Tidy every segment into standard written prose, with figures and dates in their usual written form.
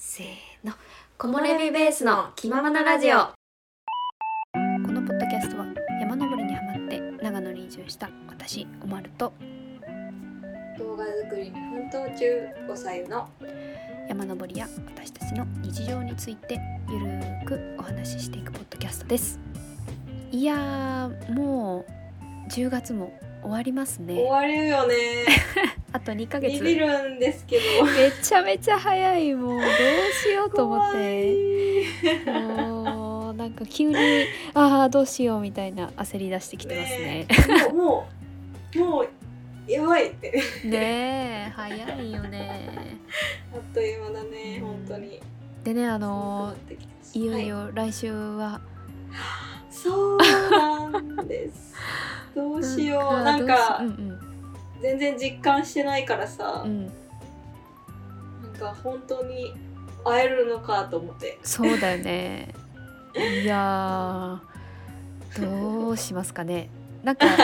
せーの、木漏れ日ベースの気ままなラジオ。 このポッドキャストは山登りにハマって長野に移住した私おまると動画作りに奮闘中おさゆの山登りや私たちの日常についてゆるーくお話ししていくポッドキャストです。いやー、もう10月も終わりますね。 終わるよねあと2ヶ月。 ビビるんですけどめちゃめちゃ早い。もうどうしようと思ってもうなんか急にどうしようみたいな焦り出してきてますね。 もうやばいってねえ、早いよね。 あっという間だね、本当に。 でね、いよいよ来週は、 そうなんですどうしよう、なんか全然実感してないからさ、なんか本当に会えるのかと思って。 そうだよね。いやどうしますかね。なんか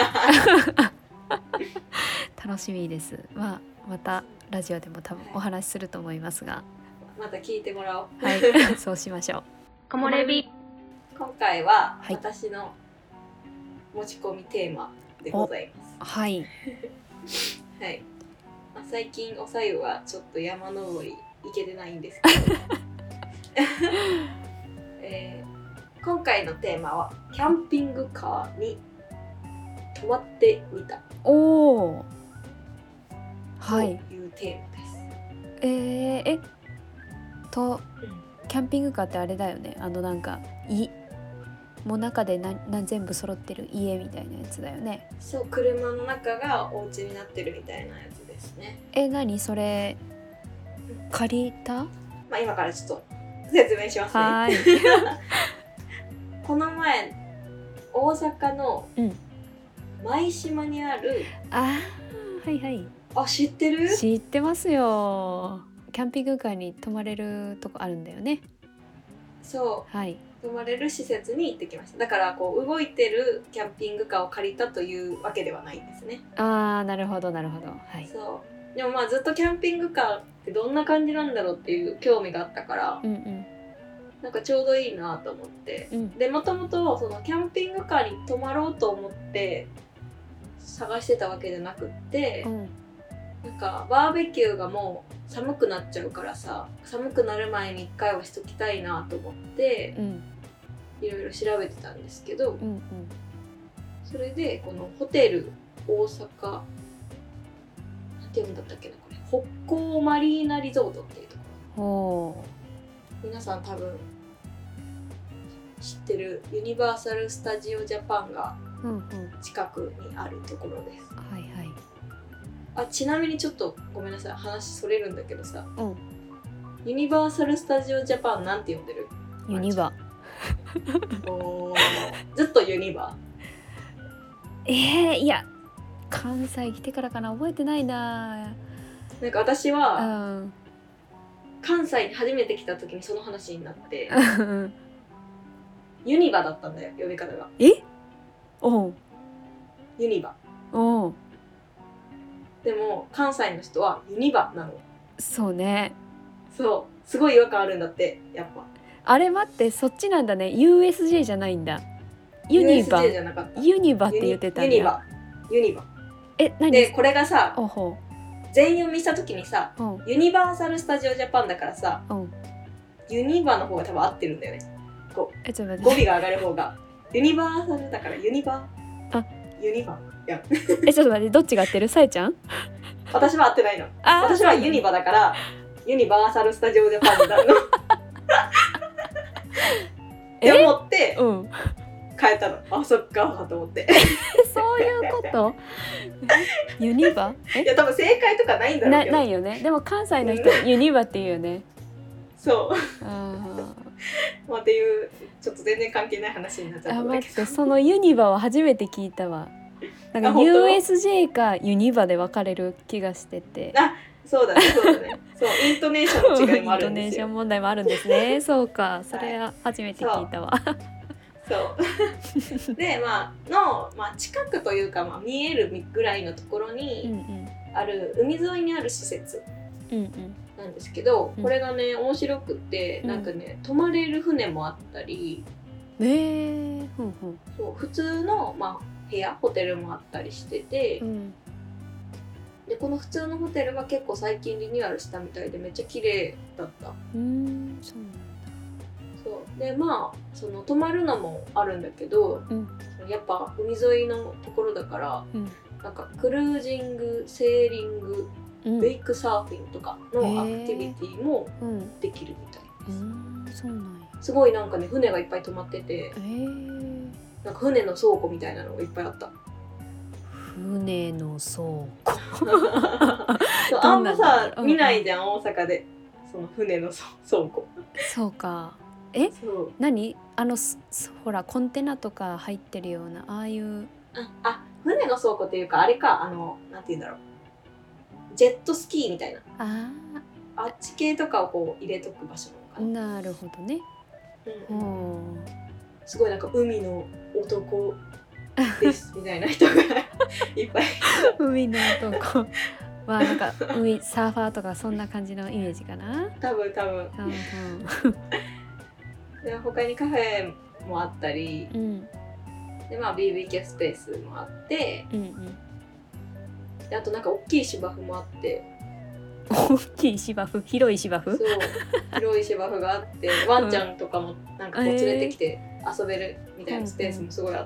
楽しみです。またラジオでも多分お話しすると思いますが、 また聞いてもらおう。 はいそうしましょう。 木漏れ日。今回は私の持ち込みテーマでございます。 はい。 はい。最近おさゆはちょっと山登り行けてないんですけど、今回のテーマはキャンピングカーに泊まってみた。 おー。はい。 というテーマです。キャンピングカーってあれだよね。なんかもう中で全部揃ってる家みたいなやつだよね。 そう、車の中がお家になってるみたいなやつですね。 何それ借りた？ 今からちょっと説明しますね。 はいこの前大阪の舞島にある、 はいはい。 知ってる？ 知ってますよ。キャンピングカーに泊まれるとこあるんだよね。 そう、 はい。 泊まれる施設に行ってきました。だから動いてるキャンピングカーを借りたというわけではないんですね。 なるほどなるほど。はい。 そうでもずっとキャンピングカーってどんな感じなんだろうっていう興味があったから、なんかちょうどいいなと思って、でもともとそのキャンピングカーに泊まろうと思って探してたわけじゃなくって、なんかバーベキューがもう寒くなっちゃうからさ、寒くなる前に1回はしときたいなと思って、いろいろ調べてたんですけど、それでこのホテル大阪なんて読むんだったっけな、これ北港マリーナリゾートっていうところ、皆さん多分知ってるユニバーサル・スタジオ・ジャパンが近くにあるところです。 はいはい。 ちなみにちょっとごめんなさい、話それるんだけどさ、ユニバーサル・スタジオ・ジャパンなんて呼んでる？ ユニバずっとユニバ。 いや関西来てからかな、覚えてないな。 なんか私は、関西に初めて来た時にその話になってユニバだったんだよ、呼び方が。ユニバ。でも関西の人はユニバなの。 そうね。 そう、すごい違和感あるんだって、やっぱ。 あれ待って、そっちなんだね。 USJ じゃないんだ。ユニバ。 USJ じゃなかった。 ユニバって言ってたんだ。 ユニバ。 何でこれがさ、全読みした時にさ、ユニバーサル・スタジオ・ジャパンだからさ、ユニバの方が多分合ってるんだよね。語尾が上がる方がユニバーサルだからユニバ。ユニバ。いやちょっと待って、どっちが合ってる？さえちゃん？ 私は合ってないの。私はユニバだからユニバーサル・スタジオ・ジャパンになるのって思って変えたの。そっかと思ってそういうことユニバ？ いや多分正解とかないんだろうけど。 ないよね。でも関西の人ユニバって言うよね。 そうっていうちょっと全然関係ない話になっちゃったんだけど。 待って、そのユニバは初めて聞いたわ。なんか USJ かユニバで分かれる気がしてて。 そうだね。そうイントネーションの違いもあるんですよ。イントネーション問題もあるんですね。そうか、それは初めて聞いたわ。 そうで近くというか見えるぐらいのところにある海沿いにある施設なんですけど、これがね面白くって、なんかね泊まれる船もあったり、そう普通の、部屋ホテルもあったりしてて、でこの普通のホテルは結構最近リニューアルしたみたいでめっちゃ綺麗だった。 そうなんだ。 そうでその泊まるのもあるんだけど、やっぱ海沿いのところだから、なんかクルージング、セーリング、ベイクサーフィンとかのアクティビティもできるみたいです。 そうなんや。 すごいなんかね船がいっぱい止まってて、なんか船の倉庫みたいなのがいっぱいあった。 船の倉庫あんまさ見ないじゃん、大阪でその船の倉庫。 そうか。何ほらコンテナとか入ってるようなああいう。 船の倉庫っていうかあれか、なんて言うんだろう、ジェットスキーみたいな、あっち系とかをこう入れとく場所なのかな。 なるほどね。 すごいなんか海の男ですみたいな人がいっぱい海の男なんか海サーファーとかそんな感じのイメージかな。 多分で他にカフェもあったり、でBBQ スペースもあって、であとなんか大きい芝生もあって。 大きい芝生、広い芝生。 そう広い芝生があってワンちゃんとかもなんかこう連れてきて遊べるみたいなスペースもすごいあって、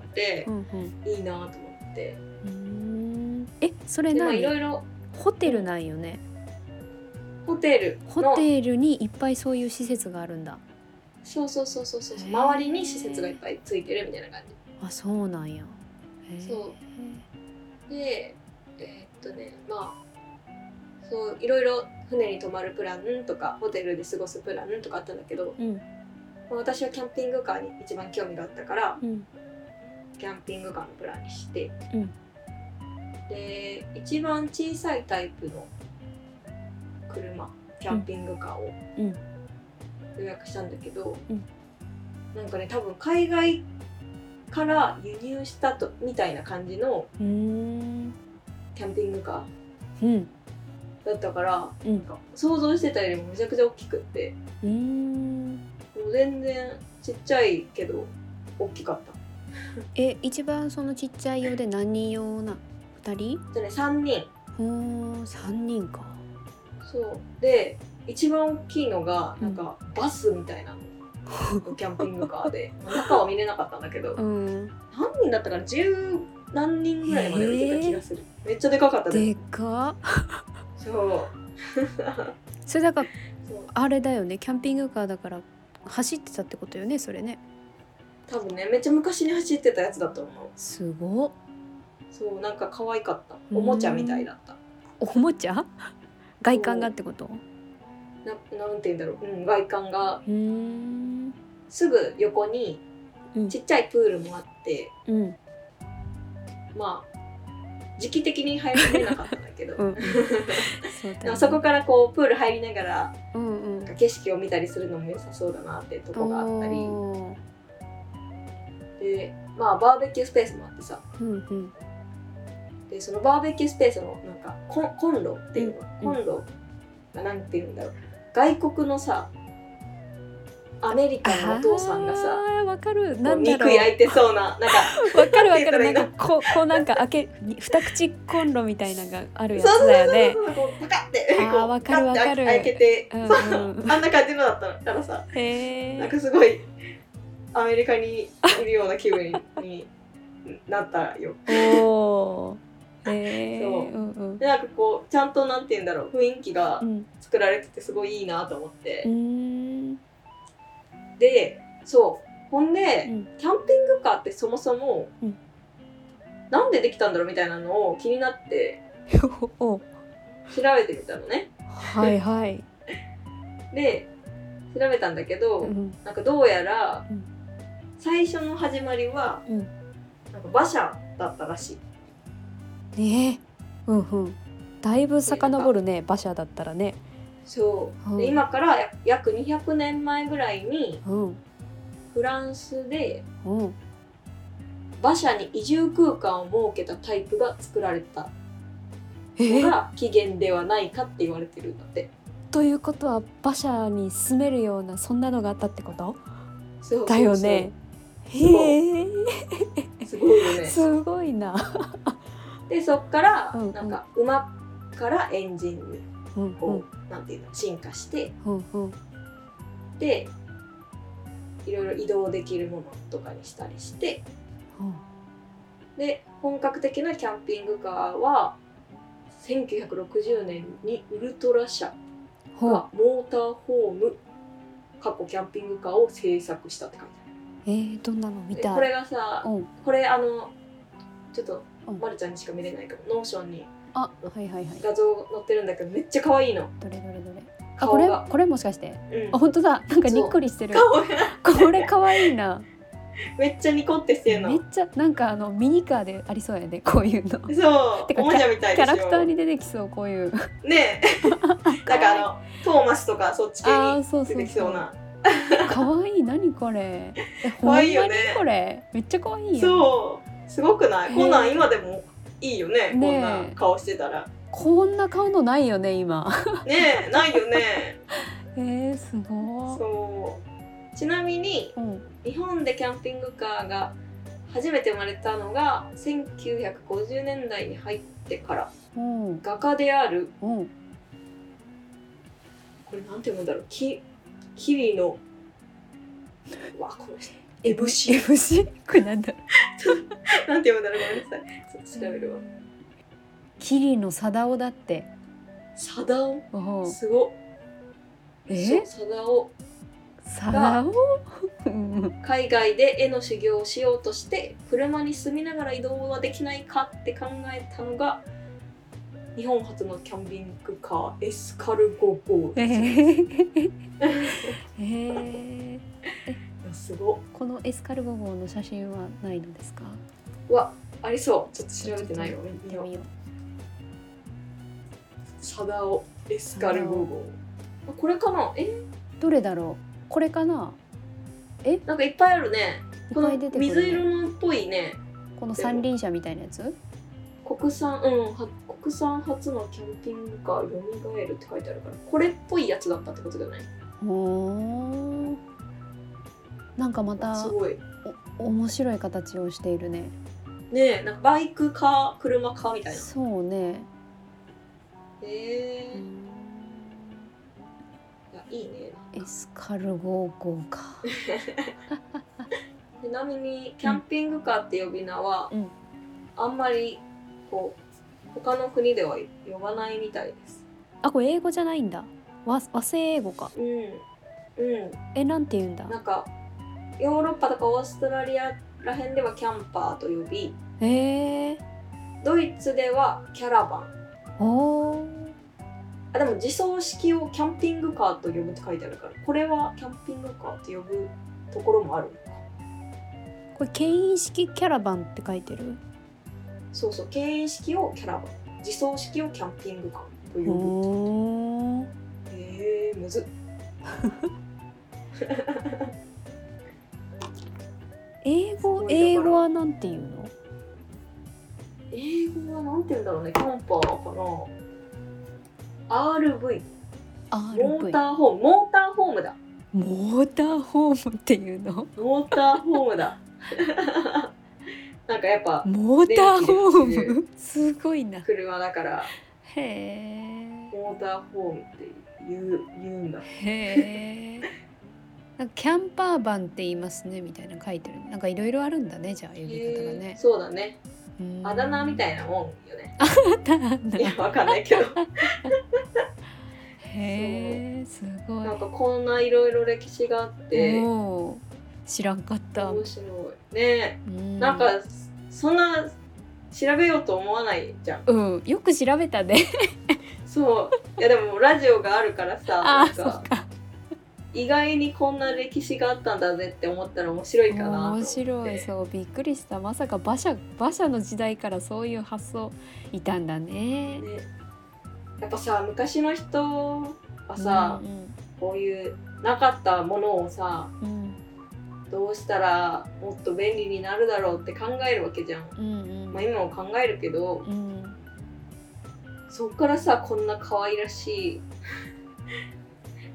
いいなと思って。 それ何？ いろいろホテルなんよね。 ホテルにいっぱいそういう施設があるんだ。 そう周りに施設がいっぱいついてるみたいな感じ。 そうなんや。 そうでそういろいろ船に泊まるプランとかホテルで過ごすプランとかあったんだけど、私はキャンピングカーに一番興味があったから、キャンピングカーのプランにして、で一番小さいタイプの車、キャンピングカーを予約したんだけど、なんかね多分海外から輸入したみたいな感じのキャンピングカー、だったから、なんか想像してたよりもめちゃくちゃ大きくって、もう全然ちっちゃいけど大きかった。 一番そのちっちゃいようで何人用な？2人 ？3人。 3人か。そうで一番大きいのがなんかバスみたいなの、キャンピングカーで中は見れなかったんだけど、何人だったかな、10何人ぐらいまで置いてた気がする。めっちゃでかかったでかそうそれだからあれだよね、キャンピングカーだから走ってたってことよね、それね。 多分ねめっちゃ昔に走ってたやつだと思う。 すごっ。 そうなんか可愛かった。おもちゃみたいだった。 おもちゃ？外観がってこと？ なんて言うんだろう、外観がすぐ横にちっちゃいプールもあって、時期的に入れなかったんだけどそこからこうプール入りながら、なんか景色を見たりするのも良さそうだなってとこがあったりで、バーベキュースペースもあってさ、でそのバーベキュースペースのなんかコンロっていうの、コンロがなんて言うんだろう、外国のさアメリカのお父さんがさ、 わかる、なんだろう、 肉焼いてそうな、なんかわかるなんかこうなんか二口コンロみたいなのがあるやつだよね。 そうパカってわかる開けて、あんな感じのだったからさ、なんかすごいアメリカにいるような気分になったよ。そうでなんかこうちゃんとなんて言うんだろう、雰囲気が作られててすごいいいなと思って、でそうほんで、キャンピングカーってそもそも、なんでできたんだろうみたいなのを気になって調べてみたのね。で調べたんだけど、なんかどうやら、最初の始まりは、なんか馬車だったらしい。 だいぶ遡るね、馬車だったらね。 そうで今から約200年前ぐらいに、フランスで、馬車に移住空間を設けたタイプが作られたのが起源ではないかって言われてるんだって。 ということは馬車に住めるようなそんなのがあったってこと？ そうそうそうだよね。へえ。 すごいよね。 すごいな。 でそっからうんうん、 なんか馬からエンジンにうんこう、なんていうの進化して、 うんうん、 でいろいろ移動できるものとかにしたりして、 うん、 で本格的なキャンピングカーは1960年にウルトラ社がモーターホームキャンピングカーを製作したって書いてある。 どんなの見たい。 これがさ、 うん、 これちょっと、まるちゃんにしか見れないけどノーションにはいはいはい、 画像載ってるんだけどめっちゃ可愛いの。 どれどれどれ。 顔がこれもしかして、 うん、 あ本当だ、なんかニッコリしてる。これ可愛いな。 めっちゃニコってしてるの。 めっちゃなんかミニカーでありそうやね、こういうの。 そうてかおもちゃみたいでしょ。 キャラクターに出てきそう、こういうねえなんかトーマスとかそっち系に出てきそうな。 可愛い。何これ。 可愛いよね。 これめっちゃ可愛いよ。 そうすごくない？こんなん今でもいいよね。こんな顔してたら。 こんな顔のないよね今。 ねえないよね。 すごい。 そうちなみに、日本でキャンピングカーが初めて生まれたのが1950年代に入ってから、画家である、これなんて読むんだろう、桐野この人エブシこれなんだろうなんて読むんだろう、ごめんなさい、ちょっと調べるわ。 桐野貞夫だって。 貞夫すごっ。貞夫海外で絵の修行をしようとして車に住みながら移動はできないかって考えたのが日本初のキャンピングカーエスカルゴ号です。すごっ。 このエスカルゴ号の写真はないのですか？ ありそう。ちょっと調べてないよ。見よう。貞夫エスカルゴ号。これかな？ どれだろう？これかな？ なんかいっぱいあるね。この水色のっぽいね。 この三輪車みたいなやつ？ 国産初のキャンピングカー蘇るって書いてあるから、これっぽいやつだったってことじゃない？ なんかまたすごい面白い形をしているね。 ねえ、なんかバイクか車かみたいな。 そうね。 いいね。 エスカルゴ号か。 ちなみにキャンピングカーって呼び名は、あんまりこう他の国では呼ばないみたいです。 これ英語じゃないんだ。和製英語か。なんて言うんだ。 なんかヨーロッパとかオーストラリアらへんではキャンパーと呼び、ドイツではキャラバン。でも自走式をキャンピングカーと呼ぶって書いてあるから、これはキャンピングカーって呼ぶところもあるのか。 これ牽引式キャラバンって書いてる。 そう牽引式をキャラバン、自走式をキャンピングカーと呼ぶ。むずっ。 英語はなんて言うの？ 英語はなんて言うんだろうね。キャンパーかな。RV モーターホームだ。 モーターホームっていうの？ モーターホームだ。なんかやっぱモーターホームすごいな。 車だから。 へえ。 モーターホームって言うんだ。 へえ。なんかキャンパーバンって言いますねみたいな書いてる。なんかいろいろあるんだね、じゃあ呼び方がね。 そうだね。あだ名みたいなもんよね。いやわかんないけど。 へえ、すごい。 なんかこんないろいろ歴史があって。 知らんかった。 面白いね。なんかそんな調べようと思わないじゃん。 よく調べたね。 そう。いやでもラジオがあるからさ。 そっか。 意外にこんな歴史があったんだぜって思ったら面白いかなと思って。 面白い。そう、びっくりした。まさか馬車の時代からそういう発想いたんだね。 やっぱさ、昔の人はさ、こういうなかったものをさ、どうしたらもっと便利になるだろうって考えるわけじゃん。まあ今も考えるけど、そっからさ、こんな可愛らしい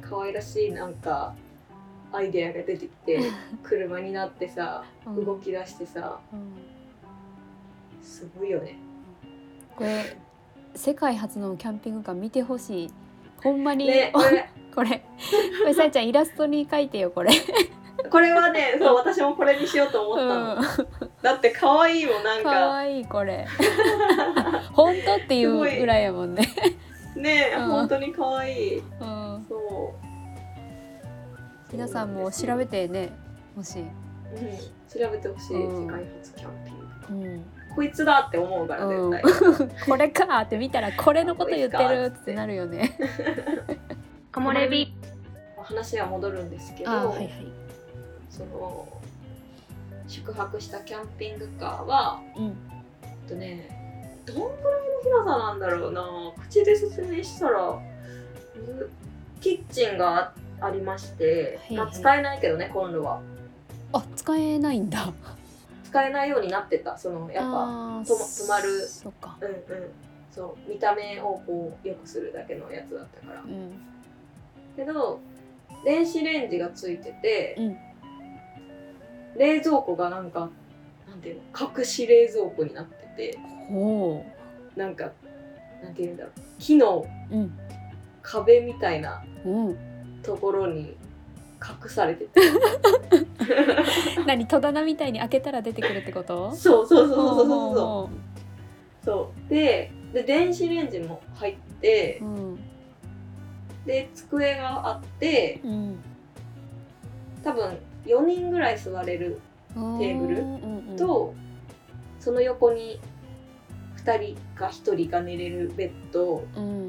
可愛らしいなんかアイデアが出てきて車になってさ、動き出してさ、すごいよね。 これ世界初のキャンピングカー見てほしい。ほんまに、 ね、 これさえちゃんイラストに描いてよこれ。 これはね、そう私もこれにしようと思ったの。だって可愛いもん、なんか可愛いこれ。本当っていうぐらいやもんね。 ね、本当に可愛い。そう。 皆さんも調べてね、もし。 調べてほしい、世界初キャンピング。こいつだって思うから絶対。 これかって見たらこれのこと言ってるってなるよね。 木漏れ日。話は戻るんですけど、その宿泊したキャンピングカーは、どんぐらいの広さなんだろうな。口で説明したら、キッチンがありまして、使えないけどね、今度は。 あ、使えないんだ。 使えないようになってた。そのやっぱ止まる、そう見た目をこう良くするだけのやつだったから。けど電子レンジがついてて、冷蔵庫がなんかなんていうの、隠し冷蔵庫になってて、なんかなんていうんだろう、木の壁みたいなところに隠されてて。 何、戸棚みたいに開けたら出てくるってこと？ そうで電子レンジも入って、で机があって、多分4人ぐらい座れるテーブルと、その横に2人か1人が寝れるベッド、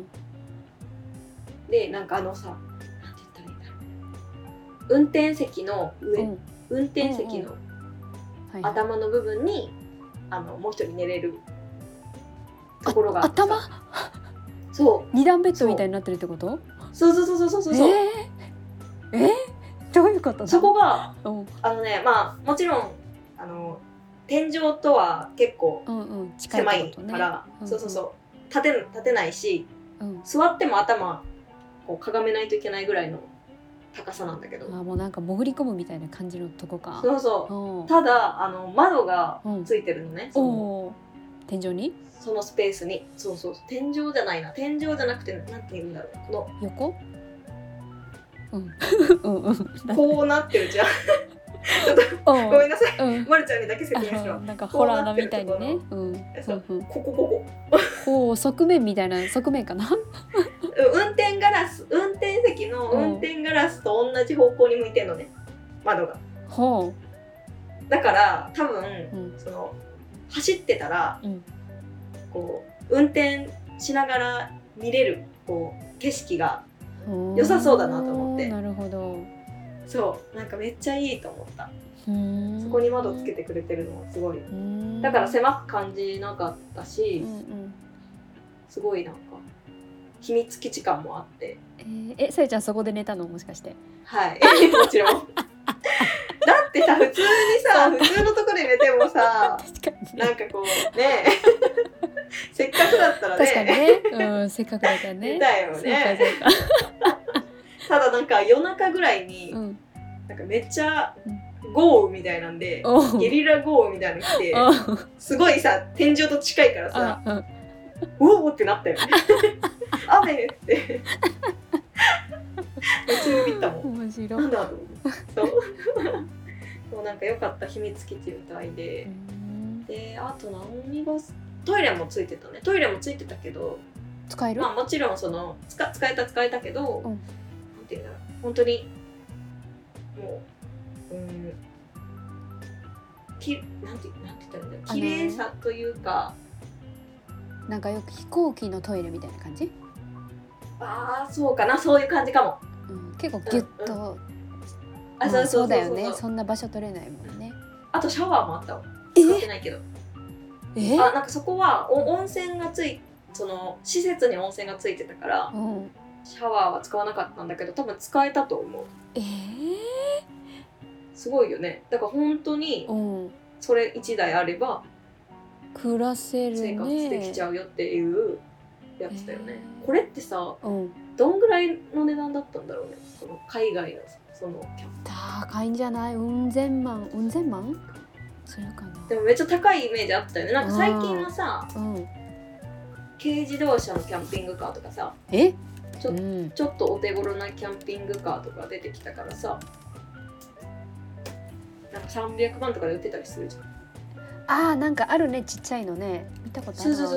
でなんかさ、なんて言ったらいいんだろう、運転席の上、運転席の頭の部分にもう一人寝れるところがあってさ、頭？そう 2段ベッドみたいになってるってこと？ そうどういうことだ？ そこがまあもちろん天井とは結構狭いから、立てないし、座っても頭こうかがめないといけないぐらいの高さなんだけど、 もうなんか潜り込むみたいな感じのとこか。 ただ窓がついてるのね、 天井に、 そのスペースに。天井じゃないな、天井じゃなくてなんて言うんだろう、この横、 こうなってるじゃん。ちょっとごめんなさい、まるちゃんにだけ説明しろ。 なんかホラーのみたいにね。 こ側面みたいな、側面かな。 運転席の運転ガラスと同じ方向に向いてんのね、窓が。だから多分、その走ってたら、こう運転しながら見れるこう景色が良さそうだなと思って。 なるほど。 そうなんかめっちゃいいと思った。そこに窓つけてくれてるのはすごい。だから狭く感じなかったし、すごいなんか秘密基地感もあって。 さやちゃんそこで寝たの、もしかして？ はい、もちろん。だってさ、普通にさ、普通のところで寝てもさ、なんかこうね、せっかくだったらね。 確かにね、せっかくだからね。 だよね。ただなんか夜中ぐらいに、なんかめっちゃ豪雨みたいなんで、ゲリラ豪雨みたいなの来て、すごいさ、天井と近いからさ、おおってなったよね。雨って。めっちゃビビったもん。 面白い。 なんだと思って。そうなんか良かった、秘密基地みたいで。で、あと何が、トイレもついてたね。トイレもついてたけど、 使える？ まあもちろんその使えたけど、なんていうんだろう、本当にもうなんて言ったらいいんだろう、綺麗さというか、 なんかよく飛行機のトイレみたいな感じ？ そうかな、そういう感じかも。 結構ギュッと。そうだよね。そんな場所取れないもんね。 あとシャワーもあったわ。使ってないけど。なんかそこは温泉がその施設に温泉がついてたから、シャワーは使わなかったんだけど、多分使えたと思う。すごいよね。だから本当にそれ1台あれば暮らせるね、 生活できちゃうよっていうやつだよね。これってさ、 どんぐらいの値段だったんだろうね、その海外のそのキャンプ。 高いんじゃない？うん千万するかな。 でもめっちゃ高いイメージあったよね。なんか最近はさ、軽自動車のキャンピングカーとかさ、ちょっとお手頃なキャンピングカーとか出てきたからさ、なんか300万とかで売ってたりするじゃん。 なんかあるね、ちっちゃいのね、見たことある。 そう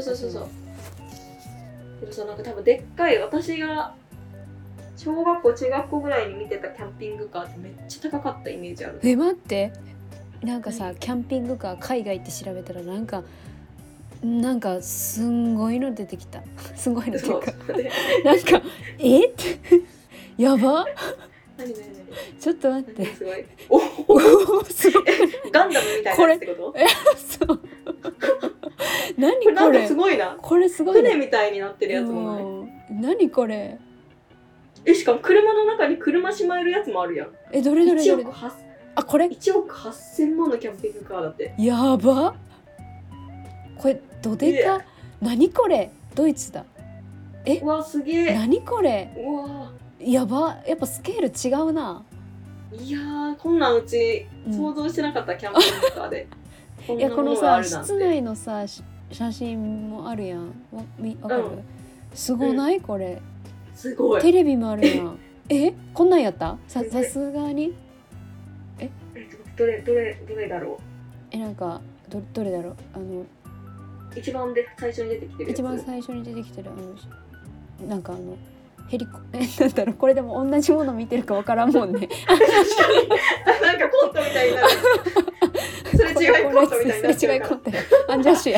でもさ、なんか多分でっかい、私が小学校中学校ぐらいに見てたキャンピングカーってめっちゃ高かったイメージある。 待って、なんかさ、キャンピングカー海外って調べたらなんかすんごいの出てきた。すごいのっていうかなんかってやば。 何ちょっと待って、 すごいすごいガンダムみたいなやつってこと？ そう何これ、 なんかすごいな。 これすごい、 船みたいになってるやつもない？ 何これ。 しかも車の中に車しまえるやつもあるやん。 どれ 1億これ 1億8000万のキャンピングカーだって。 やば。これどでか。何これ、ドイツだ。 うわすげえ。 何これ、 うわやば。やっぱスケール違うな。 いやー、こんなんうち想像してなかった、キャンピングカーでいや、このさ室内のさ写真もあるやん。わかる？すごない？これすごい。 テレビもあるやん。こんなんやった？さすがに。 どれだろう。なんかどれだろう。 一番最初に出てきてるやつ。 一番最初に出てきてるなんかヘリコなんだろう、これでも同じもの見てるかわからんもんね。 なんかコントみたいになる。それ違いコントみたいになってるから。 アンジャッシュや。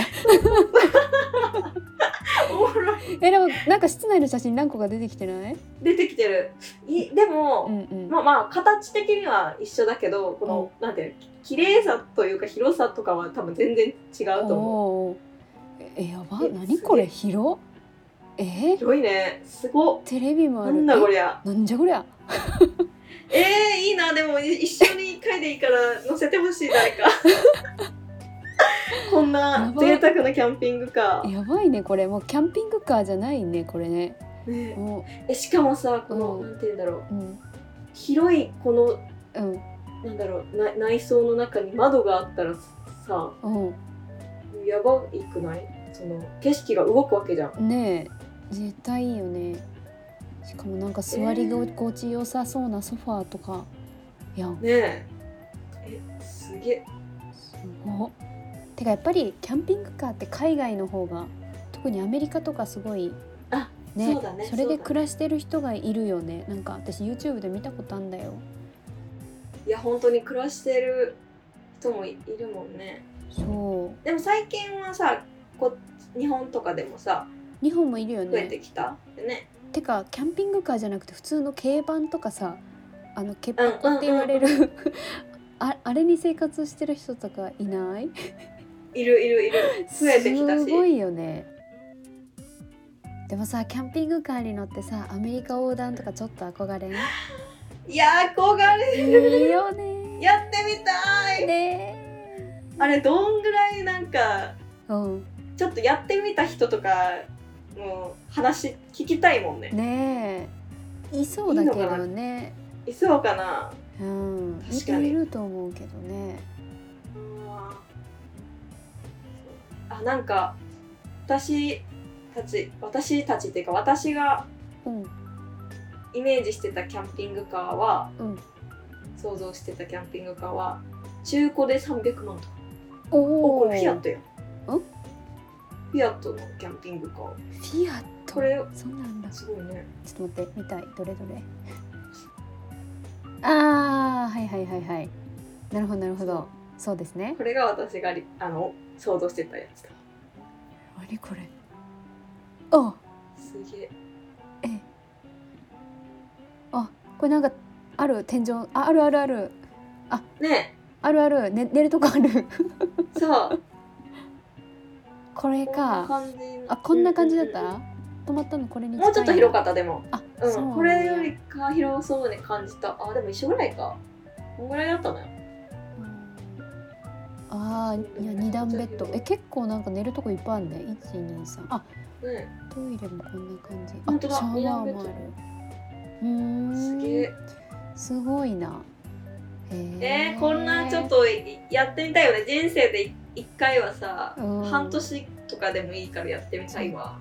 おもろい。 でもなんか室内の写真何個か出てきてない？ 出てきてる。でも、まあ形的には一緒だけど、この、なんていうの、綺麗さというか広さとかは多分全然違うと思う。 やば。何これ、広。 広いね。すごっ。 テレビもある。 なんだこりゃ。 なんじゃこりゃ。 いいな。でも一緒に1回でいいから乗せてほしい、誰か。こんな贅沢なキャンピングカー。 やばいね、これもうキャンピングカーじゃないね、これね。 しかもさ、この、なんていうんだろう、広いこの、なんだろう、内装の中に窓があったらさ、やばいくない？その景色が動くわけじゃん。 ねえ、絶対いいよね。しかもなんか座り心地よさそうなソファーとかやん。 ねすげえ。 すごっ。てかやっぱりキャンピングカーって海外の方が、特にアメリカとかすごいね、 それで暮らしてる人がいるよね。なんか私 YouTube で見たことあんだよ。 いや本当に暮らしてる人もいるもんね。 そう。 でも最近はさ、日本とかでもさ、 日本もいるよね。 増えてきたね。 てかキャンピングカーじゃなくて普通の軽バンとかさ、ケッパコって言われるあれに生活してる人とかいない？ いる増えてきたし。 すごいよね。でもさ、キャンピングカーに乗ってさ、アメリカ横断とかちょっと憧れん？ いや憧れる。 いいよね。 やってみたいね。あれどんぐらいなんか、ちょっとやってみた人とかもう話聞きたいもんね。ねえ、いそうだけどね。 いそうかな。 確かにいると思うけどね。 なんか私たちっていうか、私がイメージしてたキャンピングカーは、想像してたキャンピングカーは中古で300万とか。これフィアットやん。フィアットのキャンピングカー。 フィアット。 これそうなんだ。 すごいね。 ちょっと待って、見たい。どれ。はいはい。なるほど。そうですね。 これが私が想像してたやつだ。 何これ。 すげえ。 これなんかある、天井。ある。 ね。 ある、寝るとこある。 そう。 これか。こんな感じだった？止まったのこれに近い。 もうちょっと広かった。でもそうこれよりか広そうに感じた。でも一緒ぐらいか。こんぐらいだったのよ。 ああ、いや2段ベッド。結構なんか寝るとこいっぱいあるね。123。あ、 ね、 トイレもこんな感じ。 本当だ、 シャワーもある。 すげえ。 すごいな。 こんなちょっとやってみたいよね。人生で1回はさ、半年とかでもいいからやってみたいわ。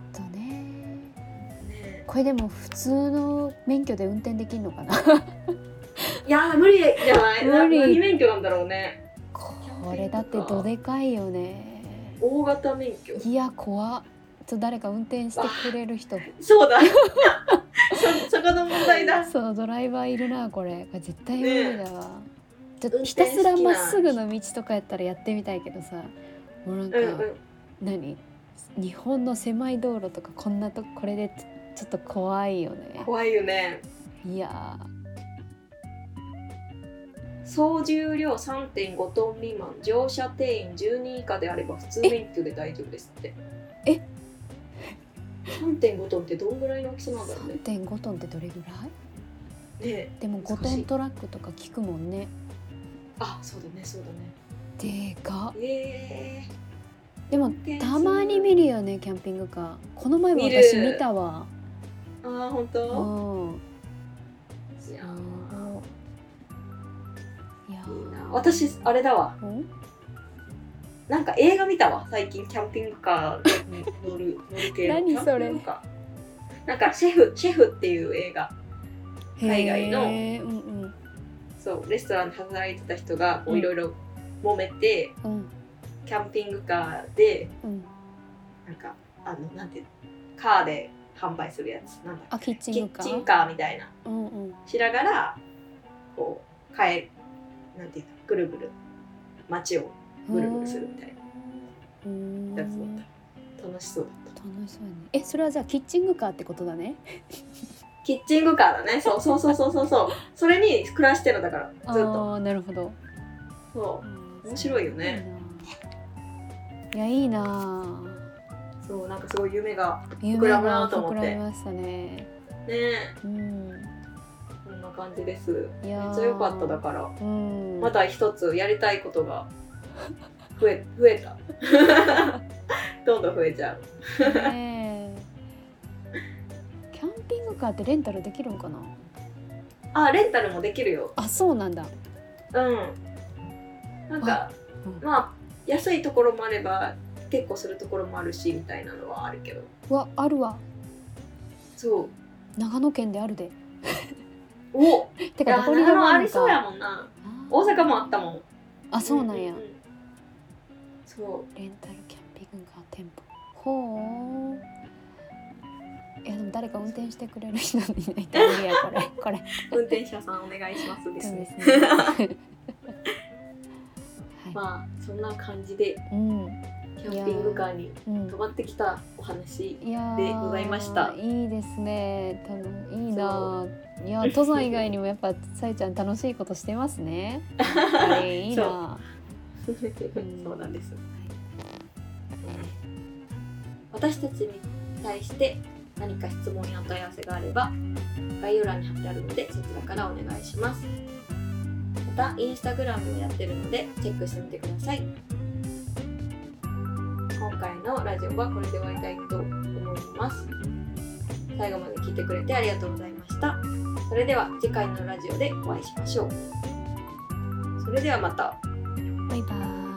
これでも普通の免許で運転できるのかな。 いや無理じゃない。 無理。 何免許なんだろうね。 これだってどでかいよね。 大型免許。 いや怖っ。誰か運転してくれる人。 そうだ。そこの問題だ。 そう、ドライバーいるな。これ絶対無理だわ。ひたすらまっすぐの道とかやったらやってみたいけどさ、もうなんか、何、日本の狭い道路とかこんなとこれでちょっと怖いよね。 怖いよね。 いや総重量 3.5 トン未満、乗車定員10人以下であれば普通免許で大丈夫ですって。3.5 トンってどんぐらいの大きさなんだろうね。 3.5 トンってどれぐらい？ね、でも5トントラックとか聞くもんね。 あ、そうだね、そうだね。 でかっ。でもたまに見るよね、キャンピングカー。この前も私見たわ。 あー、本当？うん。いやいいな。私あれだわ。なんか映画見たわ、最近。キャンピングカーに乗る系の。 何それ？ なんかシェフっていう映画。海外の、そうレストランで働いてた人がいろいろ揉めて、キャンピングカーで、なんかなんていうの、カーで販売するやつ、なんだっけ、キッチンカーみたいな、しながらこうなんていうの、ぐるぐる街をぐるぐるするみたいなやつだった。楽しそうだった。 楽しそうね。それはじゃあキッチングカーってことだね。 キッチングカーだね。そうそれに暮らしてるのだから、ずっと。 ああ、なるほど。 そう、面白いよね。 いや、いいな。 そう、なんかすごい夢が膨らむなと思って。 膨らみましたね。 ねえ。こんな感じです。めっちゃ良かった。だから、また一つやりたいことが増えた。どんどん増えちゃう。 キャンピングカーってレンタルできるんかな？ あ、レンタルもできるよ。 あ、そうなんだ。 なんかまあ安いところもあれば結構するところもあるしみたいなのはあるけど。 あるわ。 そう。 長野県であるで。 お。 てかどこにでもありそうやもんな。大阪もあったもん。 あ、そうなんや。 そう。 レンタルキャンピングカー店舗。ほう。いやでも誰か運転してくれる人いないと無理やこれ。 運転手さんお願いしますですね。まあそんな感じで、キャンピングカーに泊まってきたお話でございました。 いいですね。いいな。いや登山以外にもやっぱさえちゃん楽しいことしてますね。いいな。 そうなんです。私たちに対して何か質問やお問い合わせがあれば概要欄に貼ってあるのでそちらからお願いします。またインスタグラムもやってるのでチェックしてみてください。今回のラジオはこれで終わりたいと思います。最後まで聞いてくれてありがとうございました。それでは次回のラジオでお会いしましょう。それではまた。 バイバイ。